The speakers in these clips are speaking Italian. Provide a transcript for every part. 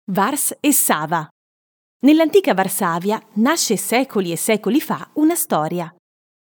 Vars e Sava. Nell'antica Varsavia nasce secoli e secoli fa una storia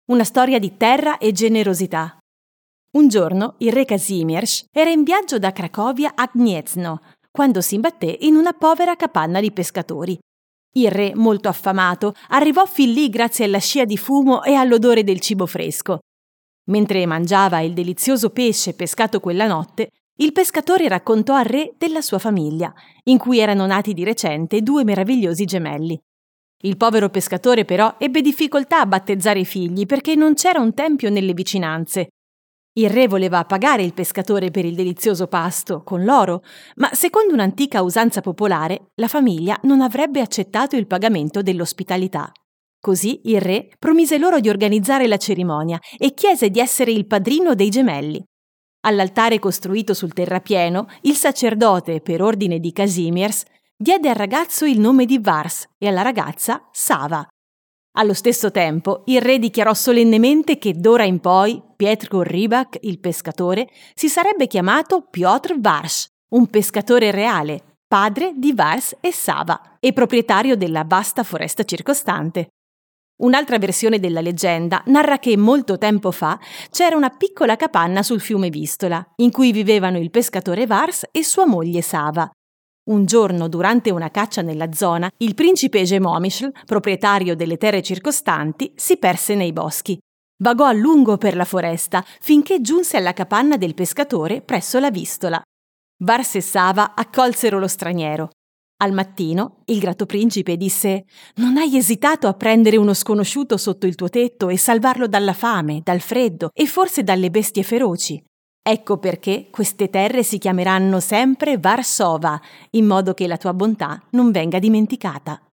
di terra e generosità. Un giorno il re Kazimierz era in viaggio da Cracovia a Gniezno, quando si imbatté in una povera capanna di pescatori. Il re, molto affamato, arrivò fin lì grazie alla scia di fumo e all'odore del cibo fresco. Mentre mangiava il delizioso pesce pescato quella notte, il pescatore raccontò al re della sua famiglia, in cui erano nati di recente 2 meravigliosi gemelli. Il povero pescatore però ebbe difficoltà a battezzare i figli perché non c'era un tempio nelle vicinanze. Il re voleva pagare il pescatore per il delizioso pasto con l'oro, ma secondo un'antica usanza popolare, la famiglia non avrebbe accettato il pagamento dell'ospitalità. Così il re promise loro di organizzare la cerimonia e chiese di essere il padrino dei gemelli. All'altare costruito sul terrapieno, il sacerdote, per ordine di Kazimierz, diede al ragazzo il nome di Vars e alla ragazza Sava. Allo stesso tempo, il re dichiarò solennemente che d'ora in poi Pietro Rybak, il pescatore, si sarebbe chiamato Piotr Vars, un pescatore reale, padre di Vars e Sava e proprietario della vasta foresta circostante. Un'altra versione della leggenda narra che molto tempo fa c'era una piccola capanna sul fiume Vistola, in cui vivevano il pescatore Vars e sua moglie Sava. Un giorno, durante una caccia nella zona, il principe Gemomysl, proprietario delle terre circostanti, si perse nei boschi. Vagò a lungo per la foresta finché giunse alla capanna del pescatore presso la Vistola. Vars e Sava accolsero lo straniero. Al mattino il grato principe disse: «Non hai esitato a prendere uno sconosciuto sotto il tuo tetto e salvarlo dalla fame, dal freddo e forse dalle bestie feroci. Ecco perché queste terre si chiameranno sempre Varsova, in modo che la tua bontà non venga dimenticata».